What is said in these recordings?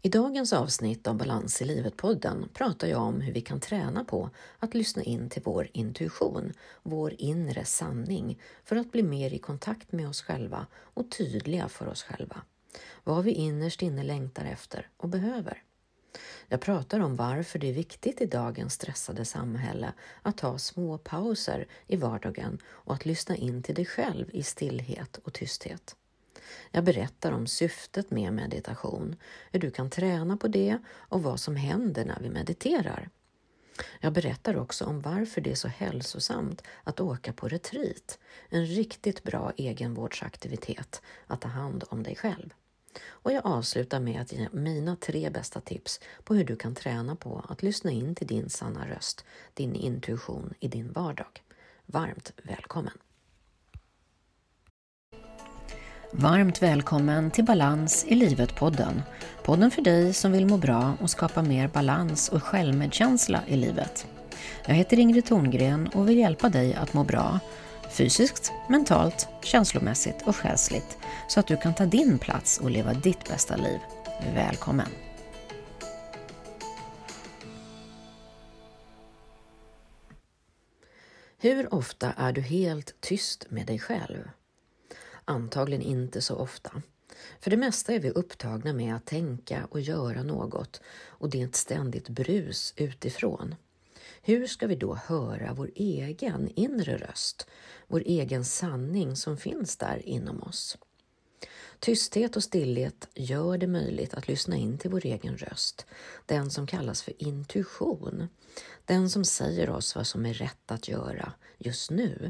I dagens avsnitt av Balans i livet-podden pratar jag om hur vi kan träna på att lyssna in till vår intuition, vår inre sanning, för att bli mer i kontakt med oss själva och tydliga för oss själva. Vad vi innerst inne längtar efter och behöver. Jag pratar om varför det är viktigt i dagens stressade samhälle att ta små pauser i vardagen och att lyssna in till dig själv i stillhet och tysthet. Jag berättar om syftet med meditation, hur du kan träna på det och vad som händer när vi mediterar. Jag berättar också om varför det är så hälsosamt att åka på retreat, en riktigt bra egenvårdsaktivitet att ta hand om dig själv. Och jag avslutar med att ge mina 3 bästa tips på hur du kan träna på att lyssna in till din sanna röst, din intuition i din vardag. Varmt välkommen! Varmt välkommen till Balans i livet-podden. Podden för dig som vill må bra och skapa mer balans och självmedkänsla i livet. Jag heter Ingrid Thorngren och vill hjälpa dig att må bra, fysiskt, mentalt, känslomässigt och själsligt, så att du kan ta din plats och leva ditt bästa liv. Välkommen! Hur ofta är du helt tyst med dig själv? Antagligen inte så ofta. För det mesta är vi upptagna med att tänka och göra något, och det är ett ständigt brus utifrån. Hur ska vi då höra vår egen inre röst, vår egen sanning som finns där inom oss? Tysthet och stillhet gör det möjligt att lyssna in till vår egen röst, den som kallas för intuition, den som säger oss vad som är rätt att göra just nu.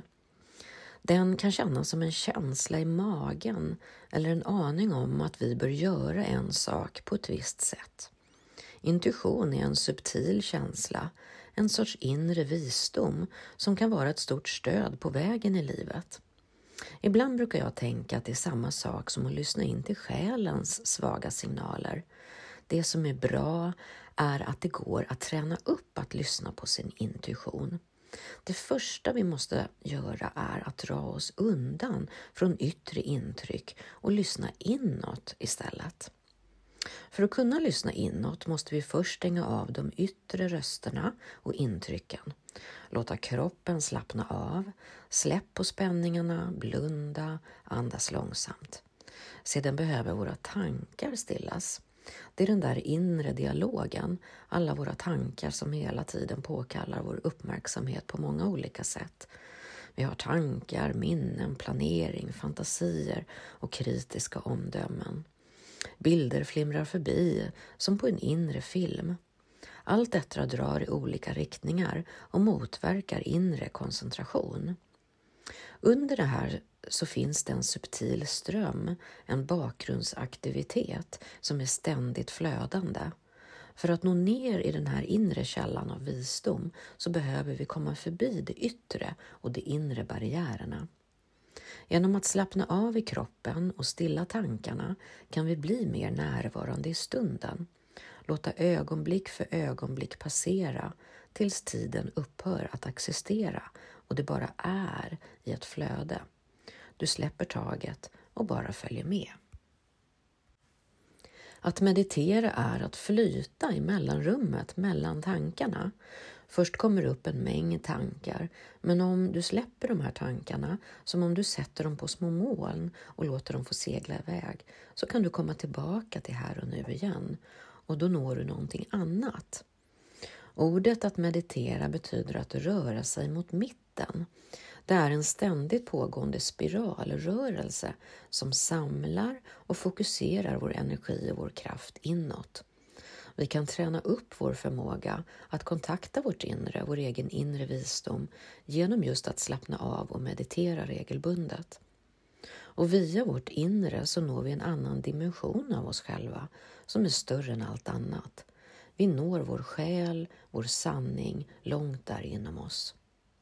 Den kan kännas som en känsla i magen eller en aning om att vi bör göra en sak på ett visst sätt. Intuition är en subtil känsla, en sorts inre visdom som kan vara ett stort stöd på vägen i livet. Ibland brukar jag tänka att det är samma sak som att lyssna in till själens svaga signaler. Det som är bra är att det går att träna upp att lyssna på sin intuition. Det första vi måste göra är att dra oss undan från yttre intryck och lyssna inåt istället. För att kunna lyssna inåt måste vi först stänga av de yttre rösterna och intrycken. Låta kroppen slappna av, släpp på spänningarna, blunda, andas långsamt. Sedan behöver våra tankar stillas. Det är den där inre dialogen, alla våra tankar som hela tiden påkallar vår uppmärksamhet på många olika sätt. Vi har tankar, minnen, planering, fantasier och kritiska omdömen. Bilder flimrar förbi som på en inre film. Allt detta drar i olika riktningar och motverkar inre koncentration. Under det här så finns det en subtil ström, en bakgrundsaktivitet som är ständigt flödande. För att nå ner i den här inre källan av visdom så behöver vi komma förbi det yttre och de inre barriärerna. Genom att slappna av i kroppen och stilla tankarna kan vi bli mer närvarande i stunden. Låta ögonblick för ögonblick passera tills tiden upphör att existera och det bara är i ett flöde. Du släpper taget och bara följer med. Att meditera är att flyta i mellanrummet mellan tankarna. Först kommer upp en mängd tankar, men om du släpper de här tankarna, som om du sätter dem på små moln och låter dem få segla iväg, så kan du komma tillbaka till här och nu igen, och då når du någonting annat. Ordet att meditera betyder att röra sig mot mitten. Det är en ständigt pågående spiralrörelse som samlar och fokuserar vår energi och vår kraft inåt. Vi kan träna upp vår förmåga att kontakta vårt inre, vår egen inre visdom, genom just att slappna av och meditera regelbundet. Och via vårt inre så når vi en annan dimension av oss själva som är större än allt annat. Vi når vår själ, vår sanning långt där inom oss.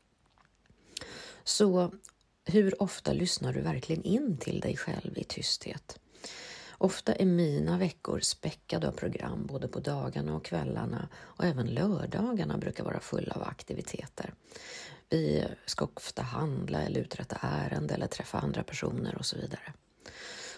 Så hur ofta lyssnar du verkligen in till dig själv i tysthet? Ofta är mina veckor späckade av program både på dagarna och kvällarna, och även lördagarna brukar vara fulla av aktiviteter. Vi ska ofta handla eller uträtta ärende eller träffa andra personer och så vidare.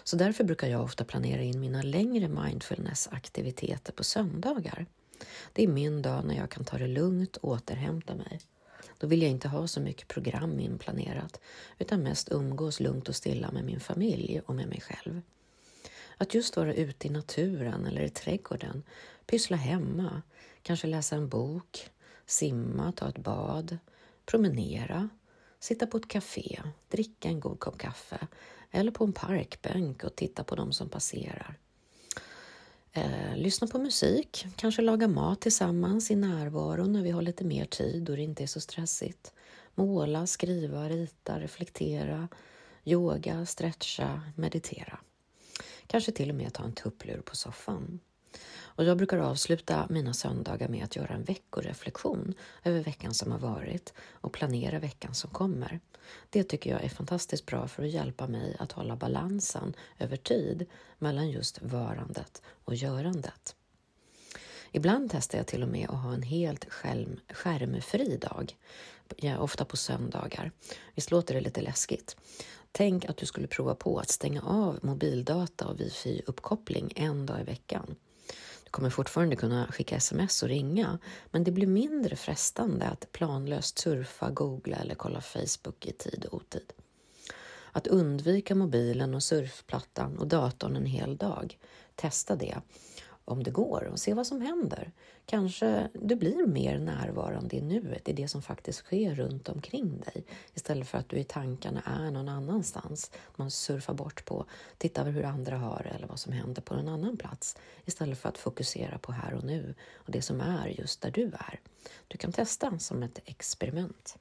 Så därför brukar jag ofta planera in mina längre mindfulness-aktiviteter på söndagar. Det är min dag när jag kan ta det lugnt och återhämta mig. Då vill jag inte ha så mycket program inplanerat, utan mest umgås lugnt och stilla med min familj och med mig själv. Att just vara ute i naturen eller i trädgården, pyssla hemma, kanske läsa en bok, simma, ta ett bad, promenera, sitta på ett café, dricka en god kopp kaffe eller på en parkbänk och titta på dem som passerar. Lyssna på musik, kanske laga mat tillsammans i närvaro när vi har lite mer tid och det inte är så stressigt. Måla, skriva, rita, reflektera, yoga, stretcha, meditera. Kanske till och med ta en tupplur på soffan. Och jag brukar avsluta mina söndagar med att göra en veckoreflektion över veckan som har varit och planera veckan som kommer. Det tycker jag är fantastiskt bra för att hjälpa mig att hålla balansen över tid mellan just varandet och görandet. Ibland testar jag till och med att ha en helt skärmfri dag, ofta på söndagar. Visst låter det lite läskigt? Tänk att du skulle prova på att stänga av mobildata och wifi-uppkoppling en dag i veckan. Du kommer fortfarande kunna skicka sms och ringa, men det blir mindre frestande att planlöst surfa, googla eller kolla Facebook i tid och otid. Att undvika mobilen och surfplattan och datorn en hel dag. Testa det om det går och se vad som händer. Kanske du blir mer närvarande i nuet, i det som faktiskt sker runt omkring dig. Istället för att du i tankarna är någon annanstans. Man surfar bort på, tittar hur andra har det eller vad som händer på en annan plats. Istället för att fokusera på här och nu och det som är just där du är. Du kan testa som ett experiment.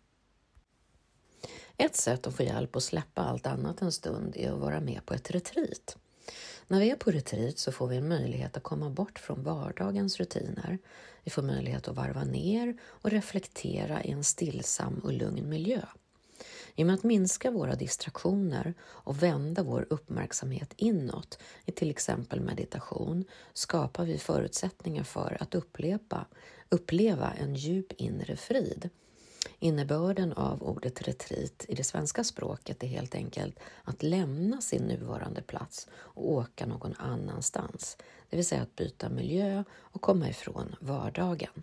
Ett sätt att få hjälp att släppa allt annat en stund är att vara med på ett retreat. När vi är på retreat så får vi en möjlighet att komma bort från vardagens rutiner. Vi får möjlighet att varva ner och reflektera i en stillsam och lugn miljö. I och med att minska våra distraktioner och vända vår uppmärksamhet inåt i till exempel meditation skapar vi förutsättningar för att uppleva en djup inre frid. Innebörden av ordet retreat i det svenska språket är helt enkelt att lämna sin nuvarande plats och åka någon annanstans. Det vill säga att byta miljö och komma ifrån vardagen.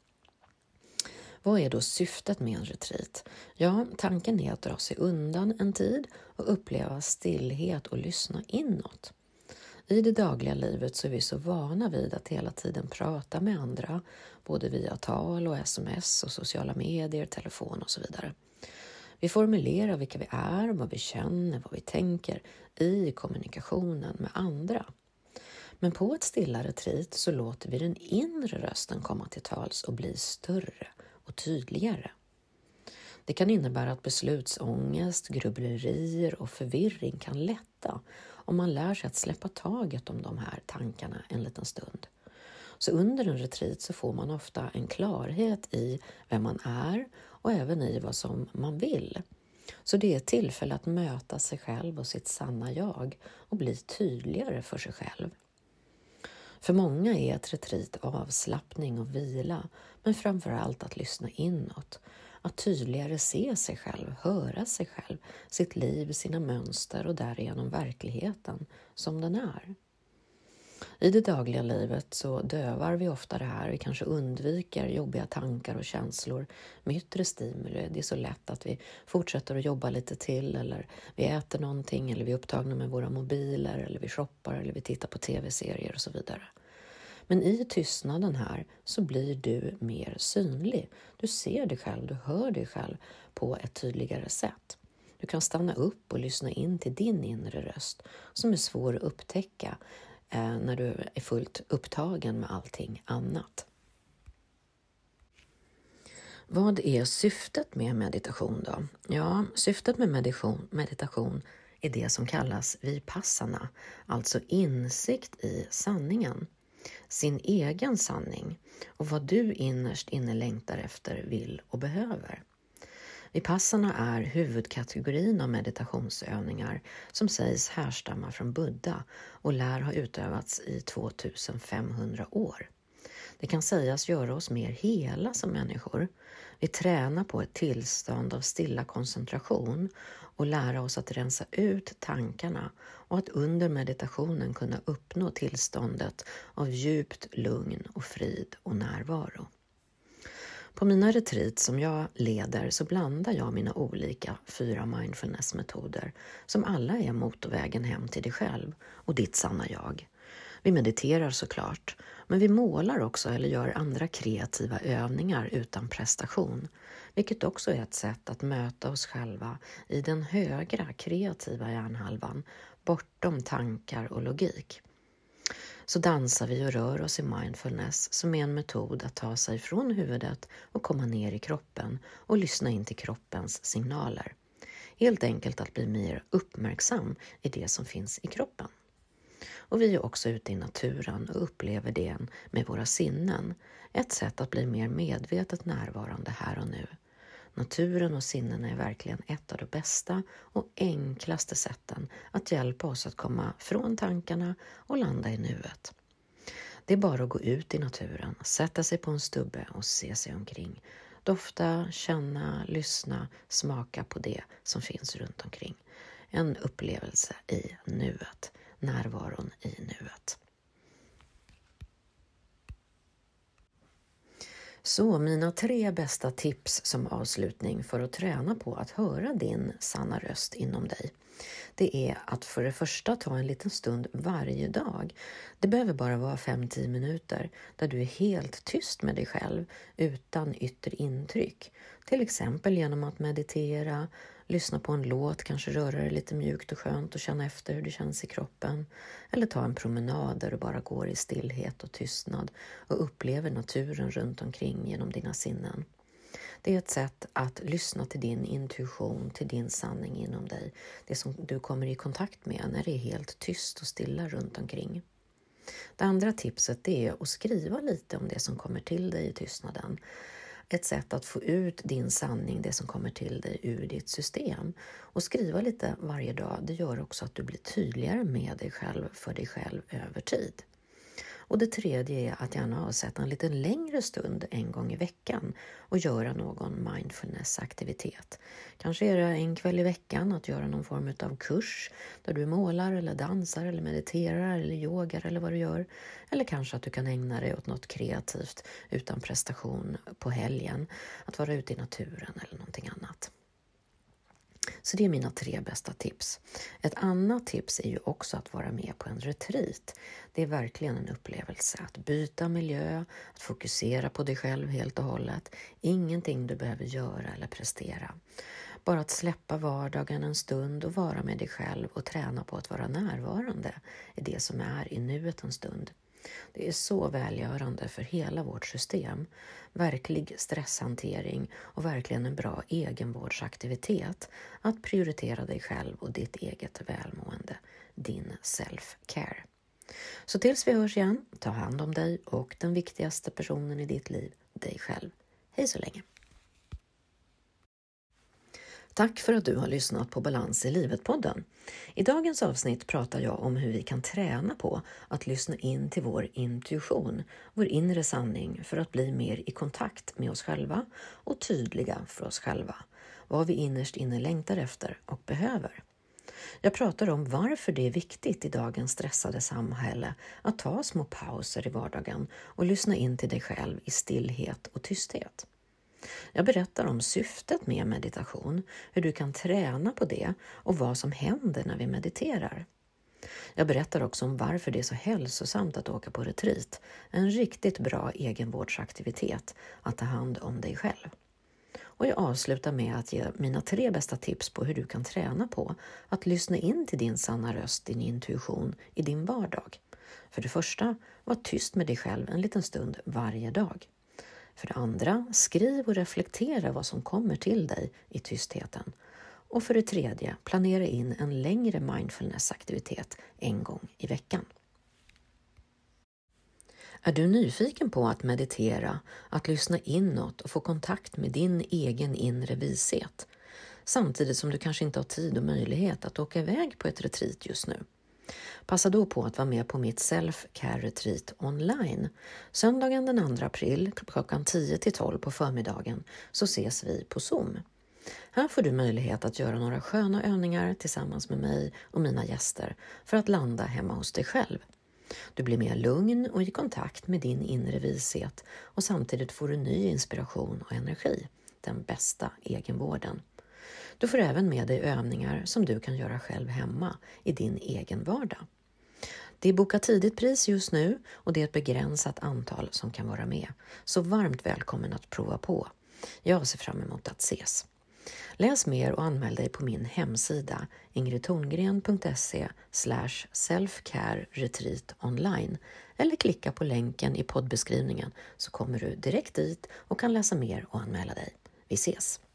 Vad är då syftet med en retreat? Ja, tanken är att dra sig undan en tid och uppleva stillhet och lyssna inåt. I det dagliga livet så är vi så vana vid att hela tiden prata med andra, både via tal och sms och sociala medier, telefon och så vidare. Vi formulerar vilka vi är, vad vi känner, vad vi tänker i kommunikationen med andra. Men på ett stilla retreat så låter vi den inre rösten komma till tals och bli större och tydligare. Det kan innebära att beslutsångest, grubblerier och förvirring kan lätta om man lär sig att släppa taget om de här tankarna en liten stund. Så under en retreat så får man ofta en klarhet i vem man är och även i vad som man vill. Så det är ett tillfälle att möta sig själv och sitt sanna jag och bli tydligare för sig själv. För många är ett retreat avslappning och vila, men framförallt att lyssna inåt. Att tydligare se sig själv, höra sig själv, sitt liv, sina mönster och därigenom verkligheten som den är. I det dagliga livet så dövar vi ofta det här. Vi kanske undviker jobbiga tankar och känslor med yttre stimuli. Det är så lätt att vi fortsätter att jobba lite till eller vi äter någonting eller vi är upptagna med våra mobiler eller vi shoppar eller vi tittar på tv-serier och så vidare. Men i tystnaden här så blir du mer synlig. Du ser dig själv, du hör dig själv på ett tydligare sätt. Du kan stanna upp och lyssna in till din inre röst som är svår att upptäcka när du är fullt upptagen med allting annat. Vad är syftet med meditation då? Ja, syftet med meditation är det som kallas vipassana, alltså insikt i sanningen. Sin egen sanning och vad du innerst inne längtar efter, vill och behöver. Vipassana är huvudkategorin av meditationsövningar som sägs härstamma från Buddha och lär ha utövats i 2500 år. Det kan sägas göra oss mer hela som människor. Vi tränar på ett tillstånd av stilla koncentration och lära oss att rensa ut tankarna och att under meditationen kunna uppnå tillståndet av djupt lugn och frid och närvaro. På mina retreat som jag leder så blandar jag mina olika 4 mindfulness-metoder som alla är motorvägen hem till dig själv och ditt sanna jag. Vi mediterar såklart, men vi målar också eller gör andra kreativa övningar utan prestation, vilket också är ett sätt att möta oss själva i den högra kreativa hjärnhalvan, bortom tankar och logik. Så dansar vi och rör oss i mindfulness som är en metod att ta sig från huvudet och komma ner i kroppen och lyssna in till kroppens signaler. Helt enkelt att bli mer uppmärksam i det som finns i kroppen. Och vi är också ute i naturen och upplever det med våra sinnen. Ett sätt att bli mer medvetet närvarande här och nu. Naturen och sinnen är verkligen ett av de bästa och enklaste sätten att hjälpa oss att komma från tankarna och landa i nuet. Det är bara att gå ut i naturen, sätta sig på en stubbe och se sig omkring. Dofta, känna, lyssna, smaka på det som finns runt omkring. En upplevelse i nuet, närvaron i nuet. Så mina 3 bästa tips som avslutning för att träna på att höra din sanna röst inom dig. Det är att för det första ta en liten stund varje dag. Det behöver bara vara 5-10 minuter där du är helt tyst med dig själv utan yttre intryck. Till exempel genom att meditera, lyssna på en låt, kanske röra dig lite mjukt och skönt och känna efter hur det känns i kroppen. Eller ta en promenad där du bara går i stillhet och tystnad och upplever naturen runt omkring genom dina sinnen. Det är ett sätt att lyssna till din intuition, till din sanning inom dig. Det som du kommer i kontakt med när det är helt tyst och stilla runt omkring. Det andra tipset är att skriva lite om det som kommer till dig i tystnaden. Ett sätt att få ut din sanning, det som kommer till dig ur ditt system. Och skriva lite varje dag, det gör också att du blir tydligare med dig själv, för dig själv över tid. Och det tredje är att gärna avsätta en lite längre stund en gång i veckan och göra någon mindfulness-aktivitet. Kanske är det en kväll i veckan att göra någon form av kurs där du målar eller dansar eller mediterar eller yogar eller vad du gör. Eller kanske att du kan ägna dig åt något kreativt utan prestation på helgen. Att vara ute i naturen eller någonting annat. Så det är mina 3 bästa tips. Ett annat tips är ju också att vara med på en retreat. Det är verkligen en upplevelse att byta miljö, att fokusera på dig själv helt och hållet. Ingenting du behöver göra eller prestera. Bara att släppa vardagen en stund och vara med dig själv och träna på att vara närvarande är det som är i nuet en stund. Det är så välgörande för hela vårt system. Verklig stresshantering och verkligen en bra egenvårdsaktivitet att prioritera dig själv och ditt eget välmående, din self-care. Så tills vi hörs igen, ta hand om dig och den viktigaste personen i ditt liv, dig själv. Hej så länge! Tack för att du har lyssnat på Balans i livet-podden. I dagens avsnitt pratar jag om hur vi kan träna på att lyssna in till vår intuition, vår inre sanning, för att bli mer i kontakt med oss själva och tydliga för oss själva. Vad vi innerst inne längtar efter och behöver. Jag pratar om varför det är viktigt i dagens stressade samhälle att ta små pauser i vardagen och lyssna in till dig själv i stillhet och tysthet. Jag berättar om syftet med meditation, hur du kan träna på det och vad som händer när vi mediterar. Jag berättar också om varför det är så hälsosamt att åka på retreat, en riktigt bra egenvårdsaktivitet att ta hand om dig själv. Och jag avslutar med att ge mina 3 bästa tips på hur du kan träna på att lyssna in till din sanna röst, din intuition i din vardag. För det första, var tyst med dig själv en liten stund varje dag. För det andra, skriv och reflektera vad som kommer till dig i tystheten. Och för det tredje, planera in en längre mindfulness-aktivitet en gång i veckan. Är du nyfiken på att meditera, att lyssna inåt och få kontakt med din egen inre vishet, samtidigt som du kanske inte har tid och möjlighet att åka iväg på ett retreat just nu? Passa då på att vara med på mitt Self-Care Retreat online. Söndagen den 2 april klockan 10-12 på förmiddagen så ses vi på Zoom. Här får du möjlighet att göra några sköna övningar tillsammans med mig och mina gäster för att landa hemma hos dig själv. Du blir mer lugn och i kontakt med din inre vishet och samtidigt får du ny inspiration och energi, den bästa egenvården. Du får även med dig övningar som du kan göra själv hemma i din egen vardag. Det är boka tidigt pris just nu och det är ett begränsat antal som kan vara med. Så varmt välkommen att prova på. Jag ser fram emot att ses. Läs mer och anmäl dig på min hemsida ingridthorngren.se/selfcareretreat online eller klicka på länken i poddbeskrivningen så kommer du direkt dit och kan läsa mer och anmäla dig. Vi ses!